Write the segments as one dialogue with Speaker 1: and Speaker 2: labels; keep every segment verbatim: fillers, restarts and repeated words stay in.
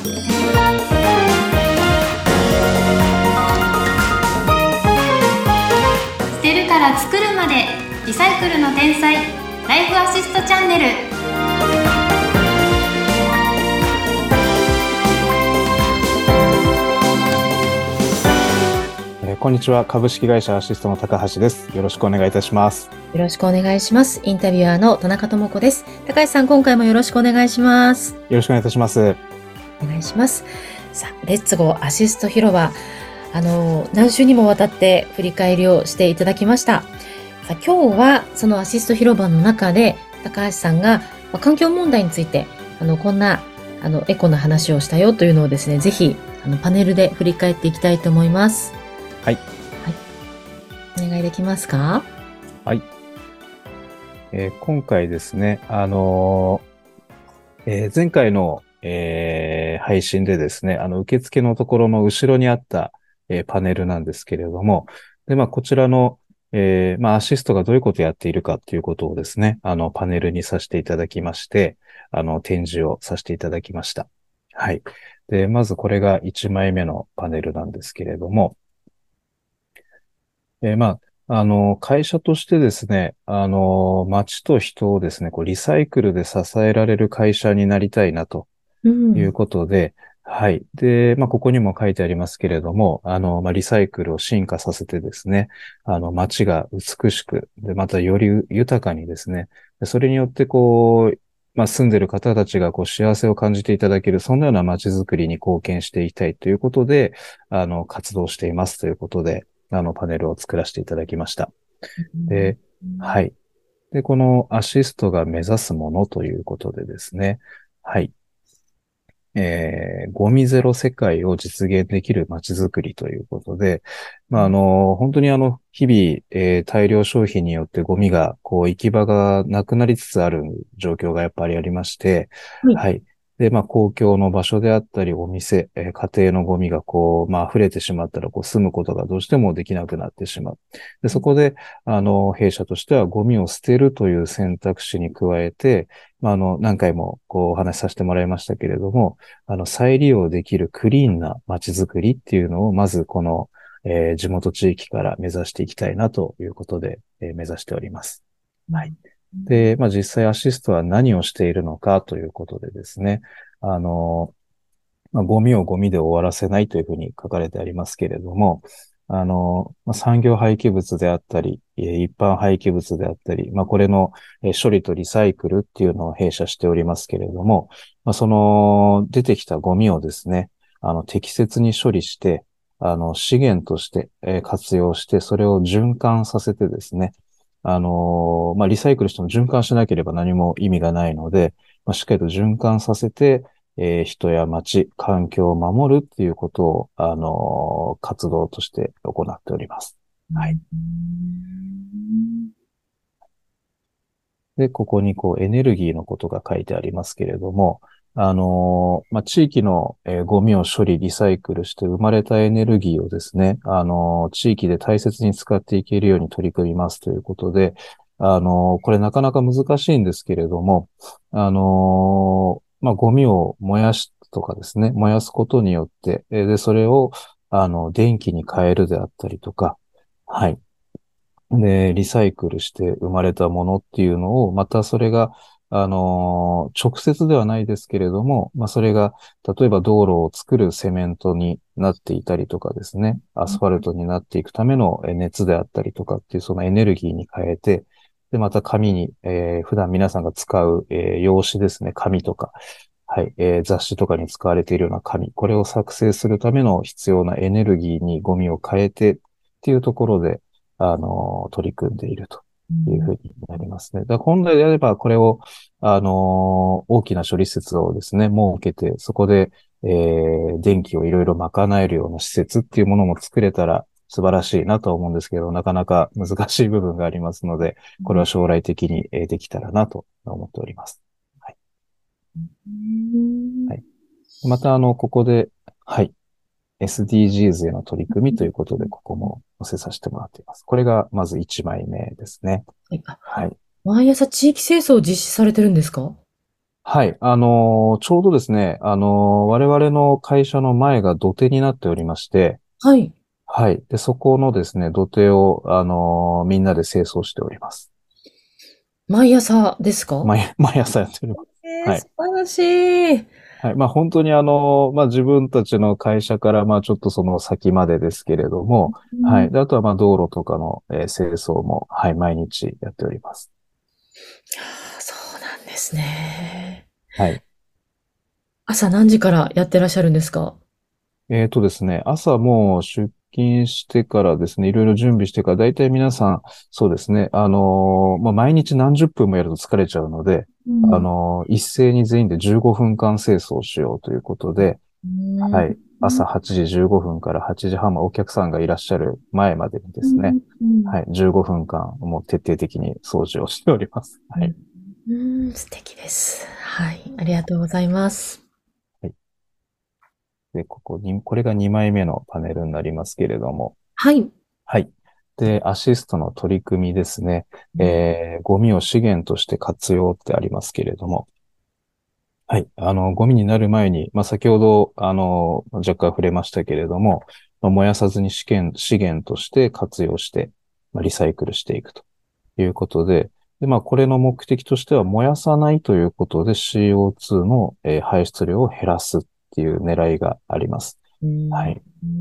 Speaker 1: 捨てるから作るまでリサイクルの天才ライフアシストチャンネル。
Speaker 2: えーこんにちは。株式会社アシストの高橋です。よろしくお願いいたします。
Speaker 3: よろしくお願いします。インタビュアーの田中智子です。高橋さん、今回もよろしくお願いします。
Speaker 2: よろしくお願いいたします。
Speaker 3: お願いします。さあ、レッツゴーアシスト広場。あの、何週にもわたって振り返りをしていただきました。さあ、今日はそのアシスト広場の中で、高橋さんが、まあ、環境問題について、あの、こんな、あの、エコな話をしたよというのをですね、ぜひ、あの、パネルで振り返っていきたいと思います。
Speaker 2: はい。
Speaker 3: お願いできますか？
Speaker 2: はい。えー今回ですね、あのーえー前回の、えー配信でですね、あの、受付のところの後ろにあった、えーパネルなんですけれども、で、まあ、こちらの、えーまあ、アシストがどういうことをやっているかっていうことをですね、あの、パネルにさせていただきまして、あの、展示をさせていただきました。はい。で、まずこれがいちまいめのパネルなんですけれども、えーまあ、あの、会社としてですね、あの、街と人をですね、こう、リサイクルで支えられる会社になりたいなと
Speaker 3: う
Speaker 2: いうんことで、はい。で、まあ、ここにも書いてありますけれども、あの、まあ、リサイクルを進化させてですね、あの、街が美しく、で、またより豊かにですね、でそれによってこう、まあ、住んでる方たちがこう幸せを感じていただける、そんなような街づくりに貢献していきたいということで、あの、活動していますということで、あの、パネルを作らせていただきました。で、はい。で、このアシストが目指すものということでですね、はい。えーゴミゼロ世界を実現できる街づくりということで、まあ、あの、本当にあの、日々、えー大量消費によってゴミが、こう、行き場がなくなりつつある状況がやっぱりありまして、
Speaker 3: はい。
Speaker 2: はい。で、まあ、公共の場所であったり、お店、えー家庭のゴミがこう、まあ、溢れてしまったら、こう、住むことがどうしてもできなくなってしまう。で、そこで、あの、弊社としてはゴミを捨てるという選択肢に加えて、まあ、あの、何回もこうお話しさせてもらいましたけれども、あの、再利用できるクリーンな街づくりっていうのを、まずこの、えー地元地域から目指していきたいなということで、えー目指しております。はい。で、まあ、実際アシストは何をしているのかということでですね、あの、まあ、ゴミをゴミで終わらせないというふうに書かれてありますけれども、あの、まあ、産業廃棄物であったり、えー一般廃棄物であったり、まあ、これのえー処理とリサイクルっていうのを弊社しておりますけれども、まあ、その出てきたゴミをですね、あの、適切に処理して、あの、資源としてえー活用して、それを循環させてですね、あの、まあ、リサイクルしても循環しなければ何も意味がないので、まあ、しっかりと循環させて、えー人や街、環境を守るっていうことを、あの、活動として行っております。はい。で、ここにこうエネルギーのことが書いてありますけれども、あの、まあ、地域の、えーゴミを処理、リサイクルして生まれたエネルギーをですね、あの、地域で大切に使っていけるように取り組みますということで、あの、これなかなか難しいんですけれども、あの、まあ、ゴミを燃やすとかですね、燃やすことによって、えーで、それを、あの、電気に変えるであったりとか、はい。で、リサイクルして生まれたものっていうのを、またそれが、あのー直接ではないですけれども、まあ、それが、例えば道路を作るセメントになっていたりとかですね、アスファルトになっていくためのえ熱であったりとかっていうそのエネルギーに変えて、で、また紙に、えー普段皆さんが使う、えー用紙ですね、紙とか、はい、えー雑誌とかに使われているような紙、これを作成するための必要なエネルギーにゴミを変えてっていうところで、あの、取り組んでいるというふうになりますね。だから本来であれば、これを、あの、大きな処理施設をですね、設けて、そこで、えー電気をいろいろ賄えるような施設っていうものも作れたら素晴らしいなとは思うんですけど、なかなか難しい部分がありますので、これは将来的にえーできたらなと思っております。はい。はい。また、あの、ここで、はい。エスディージーズ への取り組みということで、ここも載せさせてもらっています。これがまずいちまいめですね。
Speaker 3: はい。あ、
Speaker 2: はい。
Speaker 3: 毎朝地域清掃を実施されてるんですか？
Speaker 2: はい。あのーちょうどですね、あのー我々の会社の前が土手になっておりまして、
Speaker 3: はい。
Speaker 2: はい。で、そこのですね、土手を、あのーみんなで清掃しております。
Speaker 3: 毎朝ですか？
Speaker 2: 毎、毎朝やっております。
Speaker 3: えー、
Speaker 2: はい。
Speaker 3: 素晴らしい。
Speaker 2: はい。まあ本当にあの、まあ自分たちの会社からまあちょっとその先までですけれども、
Speaker 3: うん、
Speaker 2: はい。で、あとはまあ道路とかの、えー清掃も、はい、毎日やっております。
Speaker 3: あー、そうなんですね。
Speaker 2: はい。
Speaker 3: 朝何時からやってらっしゃるんですか？
Speaker 2: えーとですね、朝もう出勤してからですね、いろいろ準備してから、だいたい皆さん、そうですね、あのーまあ毎日何十分もやると疲れちゃうので、あ
Speaker 3: うん。
Speaker 2: のー一斉に全員でじゅうごふんかん清掃しようということで、
Speaker 3: うん。
Speaker 2: はい。朝はちじじゅうごふんからはちじはん、お客さんがいらっしゃる前までにですね、
Speaker 3: うん。
Speaker 2: はい。じゅうごふんかん、もう徹底的に掃除をしております。はい。
Speaker 3: うん、素敵です。はい。ありがとうございます。
Speaker 2: はい。で、ここに、これがにまいめのパネルになりますけれども、
Speaker 3: はい。
Speaker 2: はい。で、アシストの取り組みですね。えー、ゴミを資源として活用ってありますけれども、はい。あの、ゴミになる前に、まあ、先ほど、あの、若干触れましたけれども、まあ、燃やさずに資源、資源として活用して、まあ、リサイクルしていくということで、で、まあ、これの目的としては、燃やさないということで シーオーツー の、えー排出量を減らすっていう狙いがあります。
Speaker 3: うん。
Speaker 2: はい。
Speaker 3: うん。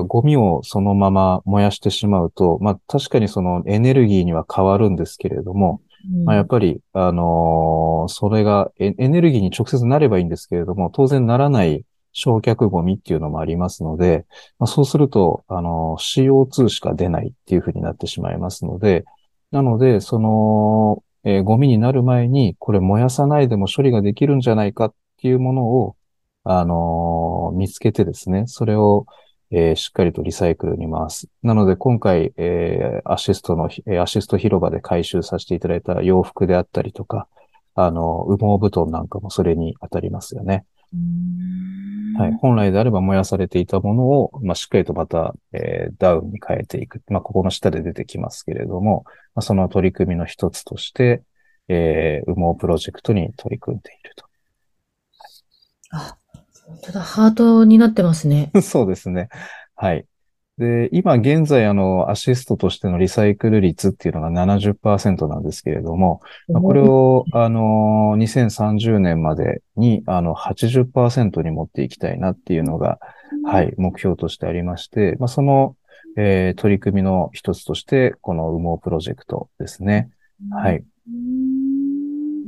Speaker 2: 要はゴミをそのまま燃やしてしまうと、まあ確かにそのエネルギーには変わるんですけれども、まあやっぱり、あのーそれがエエネルギーに直接なればいいんですけれども、当然ならない焼却ゴミっていうのもありますので、まあそうすると、あのー シーオーツー しか出ないっていうふうになってしまいますので、なので、その、えーゴミになる前に、これ燃やさないでも処理ができるんじゃないかっていうものを、あのー見つけてですね、それをえーしっかりとリサイクルに回す。なので、今回、えーアシストの、えーアシスト広場で回収させていただいた洋服であったりとか、あの、羽毛布団なんかもそれに当たりますよね。
Speaker 3: う
Speaker 2: はい。
Speaker 3: ん。
Speaker 2: 本来であれば燃やされていたものを、まあ、しっかりとまた、えーダウンに変えていく。まあ、ここの下で出てきますけれども、まあ、その取り組みの一つとして、えー羽毛プロジェクトに取り組んでいる
Speaker 3: あ、本当だ、ハートになってますね。
Speaker 2: と。そうですね。はい。で、今現在、あの、アシストとしてのリサイクル率っていうのがななじゅっパーセントなんですけれども、まあこれ
Speaker 3: おー。
Speaker 2: を、あの、にせんさんじゅうねんまでに、あの、はちじゅっパーセントに持っていきたいなっていうのが、はい、目標としてありまして、まあ、その、えー取り組みの一つとして、この羽毛プロジェクトですね。はい。
Speaker 3: うん。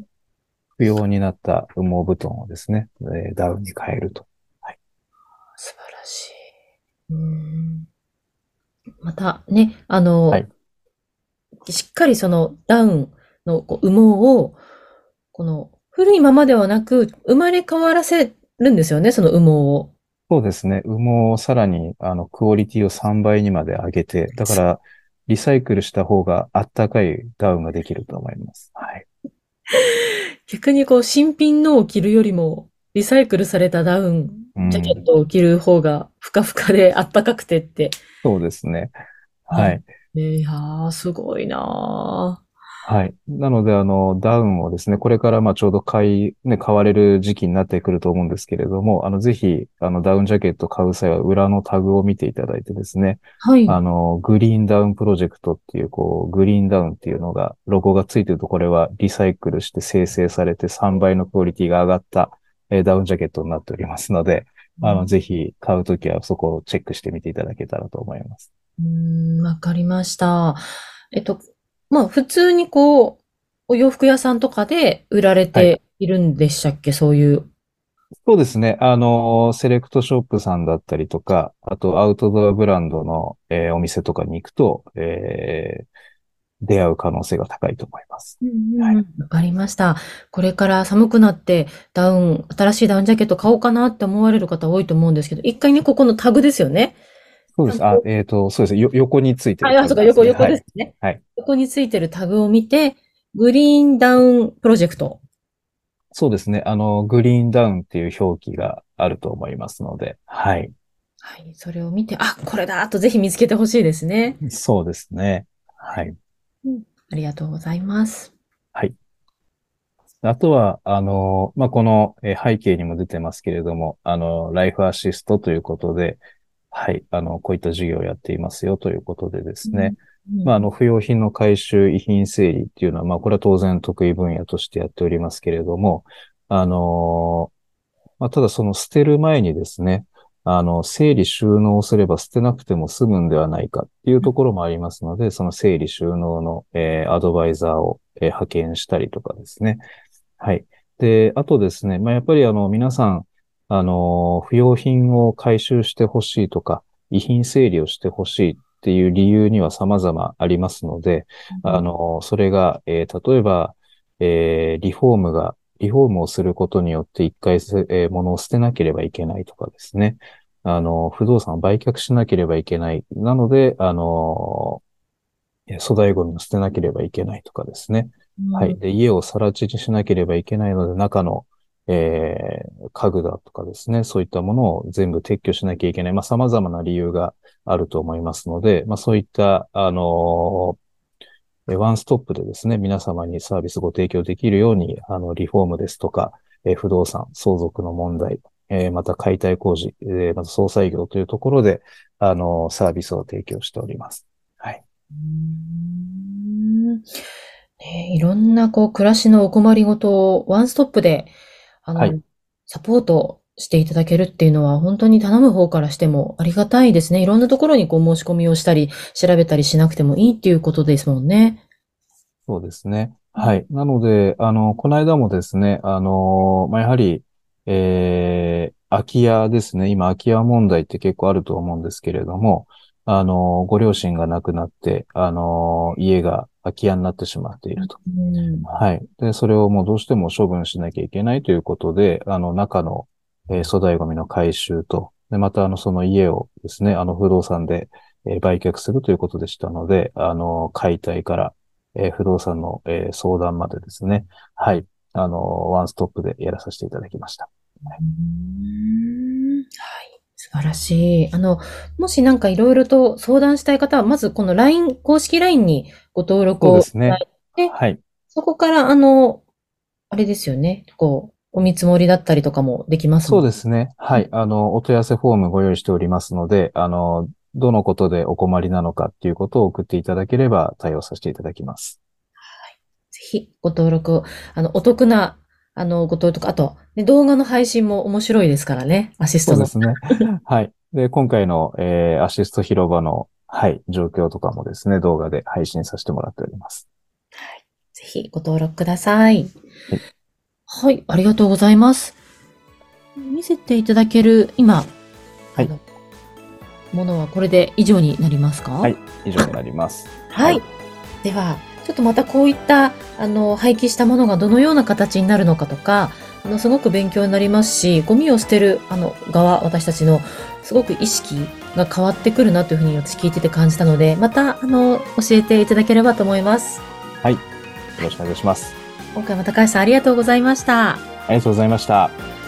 Speaker 2: 不要になった羽毛布団をですね、えーダウンに変えると。はい。
Speaker 3: 素晴らしい。うん。またね、あの、
Speaker 2: はい。
Speaker 3: しっかりそのダウンのこう羽毛を、この古いままではなく、生まれ変わらせるんですよね、その羽毛を。
Speaker 2: そうですね。羽毛をさらに、あの、クオリティをさんばいにまで上げて、だから、リサイクルした方があったかいダウンができると思います。はい。
Speaker 3: 逆にこう新品のを着るよりも、リサイクルされたダウン、
Speaker 2: う
Speaker 3: ジャケッ
Speaker 2: ん。
Speaker 3: トを着る方がふかふかであったかくてって。
Speaker 2: そうですね。
Speaker 3: はい。
Speaker 2: はい。
Speaker 3: えー、いやー、すごいな
Speaker 2: はい。なので、あの、ダウンをですね、これからまあちょうど買い、ね、買われる時期になってくると思うんですけれども、あの、ぜひ、あの、ダウンジャケット買う際は裏のタグを見ていただいてですね、
Speaker 3: ー。はい。
Speaker 2: あの、グリーンダウンプロジェクトっていう、こう、グリーンダウンっていうのが、ロゴがついてると、これはリサイクルして生成されてさんばいのクオリティが上がった、えーダウンジャケットになっておりますので、あの、ぜひ買うときはそこをチェックしてみていただけたらと思います。
Speaker 3: うーん、わかりました。えっと、まあ、普通にこう、お洋服屋さんとかで売られ
Speaker 2: はい。
Speaker 3: ているんでしたっけ、そういう。
Speaker 2: そうですね。あの、セレクトショップさんだったりとか、あとアウトドアブランドの、えーお店とかに行くと、えー出会う可能性が高いと思います。
Speaker 3: うんう
Speaker 2: はい。
Speaker 3: んうん。わかりました。これから寒くなってダウン、新しいダウンジャケット買おうかなって思われる方多いと思うんですけど、一回ね、ここのタグですよね。
Speaker 2: そうです。あ、
Speaker 3: ちゃんと、
Speaker 2: えっと、そうですね。よ、横についてる
Speaker 3: あ、あ、そうか、横、
Speaker 2: タグですね。
Speaker 3: 横
Speaker 2: はい。
Speaker 3: ですね。
Speaker 2: はい。
Speaker 3: 横についてるタグを見て、グリーンダウンプロジェクト。
Speaker 2: そうですね。あの、グリーンダウンっていう表記があると思いますので、はい。
Speaker 3: はい、それを見て、あ、これだとぜひ見つけてほしいですね。
Speaker 2: そうですね。はい。
Speaker 3: うん、ありがとうございます。
Speaker 2: はい。 あとは、あの、まあ、このえー背景にも出てますけれども、あの、ライフアシストということで、はい、あの、こういった事業をやっていますよということでですね。まあ、あの、不要品の回収、遺品整理っていうのは、まあ、これは当然得意分野としてやっておりますけれども、あの、まあ、ただその捨てる前にですね、あの、整理収納をすれば捨てなくても済むんではないかっていうところもありますので、その整理収納の、えーアドバイザーを、えー派遣したりとかですね。はい。で、あとですね、まあ、やっぱりあの、皆さん、あの、不要品を回収してほしいとか、遺品整理をしてほしいっていう理由には様々ありますので、あの、それが、えー例えば、えーリフォームが、リフォームをすることによって一回せ、えー物を捨てなければいけないとかですね。あの、不動産を売却しなければいけない。なので、あの、えー粗大ゴミを捨てなければいけないとかですね。はい。で、家を更地にしなければいけないので、中の、えー家具だとかですね、そういったものを全部撤去しなきゃいけない。まあ、様々な理由があると思いますので、まあ、そういった、あのーえーワンストップでですね、皆様にサービスご提供できるように、あの、リフォームですとか、えー不動産、相続の問題、えーまた解体工事、えーまた総裁業というところで、あのーサービスを提供しております。はい。
Speaker 3: うーんね、いろんなこう暮らしのお困りごとをワンストップで、あの、
Speaker 2: はい。
Speaker 3: サポートしていただけるっていうのは本当に頼む方からしてもありがたいですね。いろんなところにこう申し込みをしたり、調べたりしなくてもいいっていうことですもんね。
Speaker 2: そうですね。はい。なので、あの、この間もですね、あの、まあ、やはり、えー、空き家ですね。今、空き家問題って結構あると思うんですけれども、あの、ご両親が亡くなって、あの、家が空き家になってしまっていると。
Speaker 3: うん。
Speaker 2: はい。で、それをもうどうしても処分しなきゃいけないということで、あの、中の、えー粗大ゴミの回収と、で、また、あの、その家をですね、あの、不動産で、えー売却するということでしたので、あの、解体から、えー不動産の、えー相談までですね。はい。あの、ワンストップでやらさせていただきました。は
Speaker 3: う
Speaker 2: い。
Speaker 3: ーんはい。素晴らしい。あの、もしなんかいろいろと相談したい方は、まずこの ライン、公式 ライン にご登録
Speaker 2: そうで
Speaker 3: をいただ
Speaker 2: すね。
Speaker 3: いて、
Speaker 2: はい。
Speaker 3: そこからあの、あれですよね。こう、お見積もりだったりとかもできます
Speaker 2: そう
Speaker 3: もん。
Speaker 2: ですね。はい。あの、お問い合わせフォームご用意しておりますので、あの、どのことでお困りなのかっていうことを送っていただければ対応させていただきます。
Speaker 3: ぜひご登録、あの、お得な、あの、ご登録、あと、ね、動画の配信も面白いですからね。アシストの。
Speaker 2: そうですね。はい。で、今回の、えーアシスト広場の、はい、状況とかもですね、動画で配信させてもらっております。
Speaker 3: ぜひご登録ください。
Speaker 2: はい。
Speaker 3: はい、ありがとうございます。見せていただける、今、
Speaker 2: はい
Speaker 3: あの、ものはこれで以上になりますか？
Speaker 2: はい。以上になります。
Speaker 3: はい。では、ちょっとまたこういった、あの、廃棄したものがどのような形になるのかとか、あの、すごく勉強になりますし、ゴミを捨てる、あの、側、私たちの、すごく意識が変わってくるなというふうに私聞いてて感じたので、また、あの、教えていただければと思います。
Speaker 2: はい。よろしくお願いします。
Speaker 3: 今回も高橋さんありがとうございました。
Speaker 2: ありがとうございました。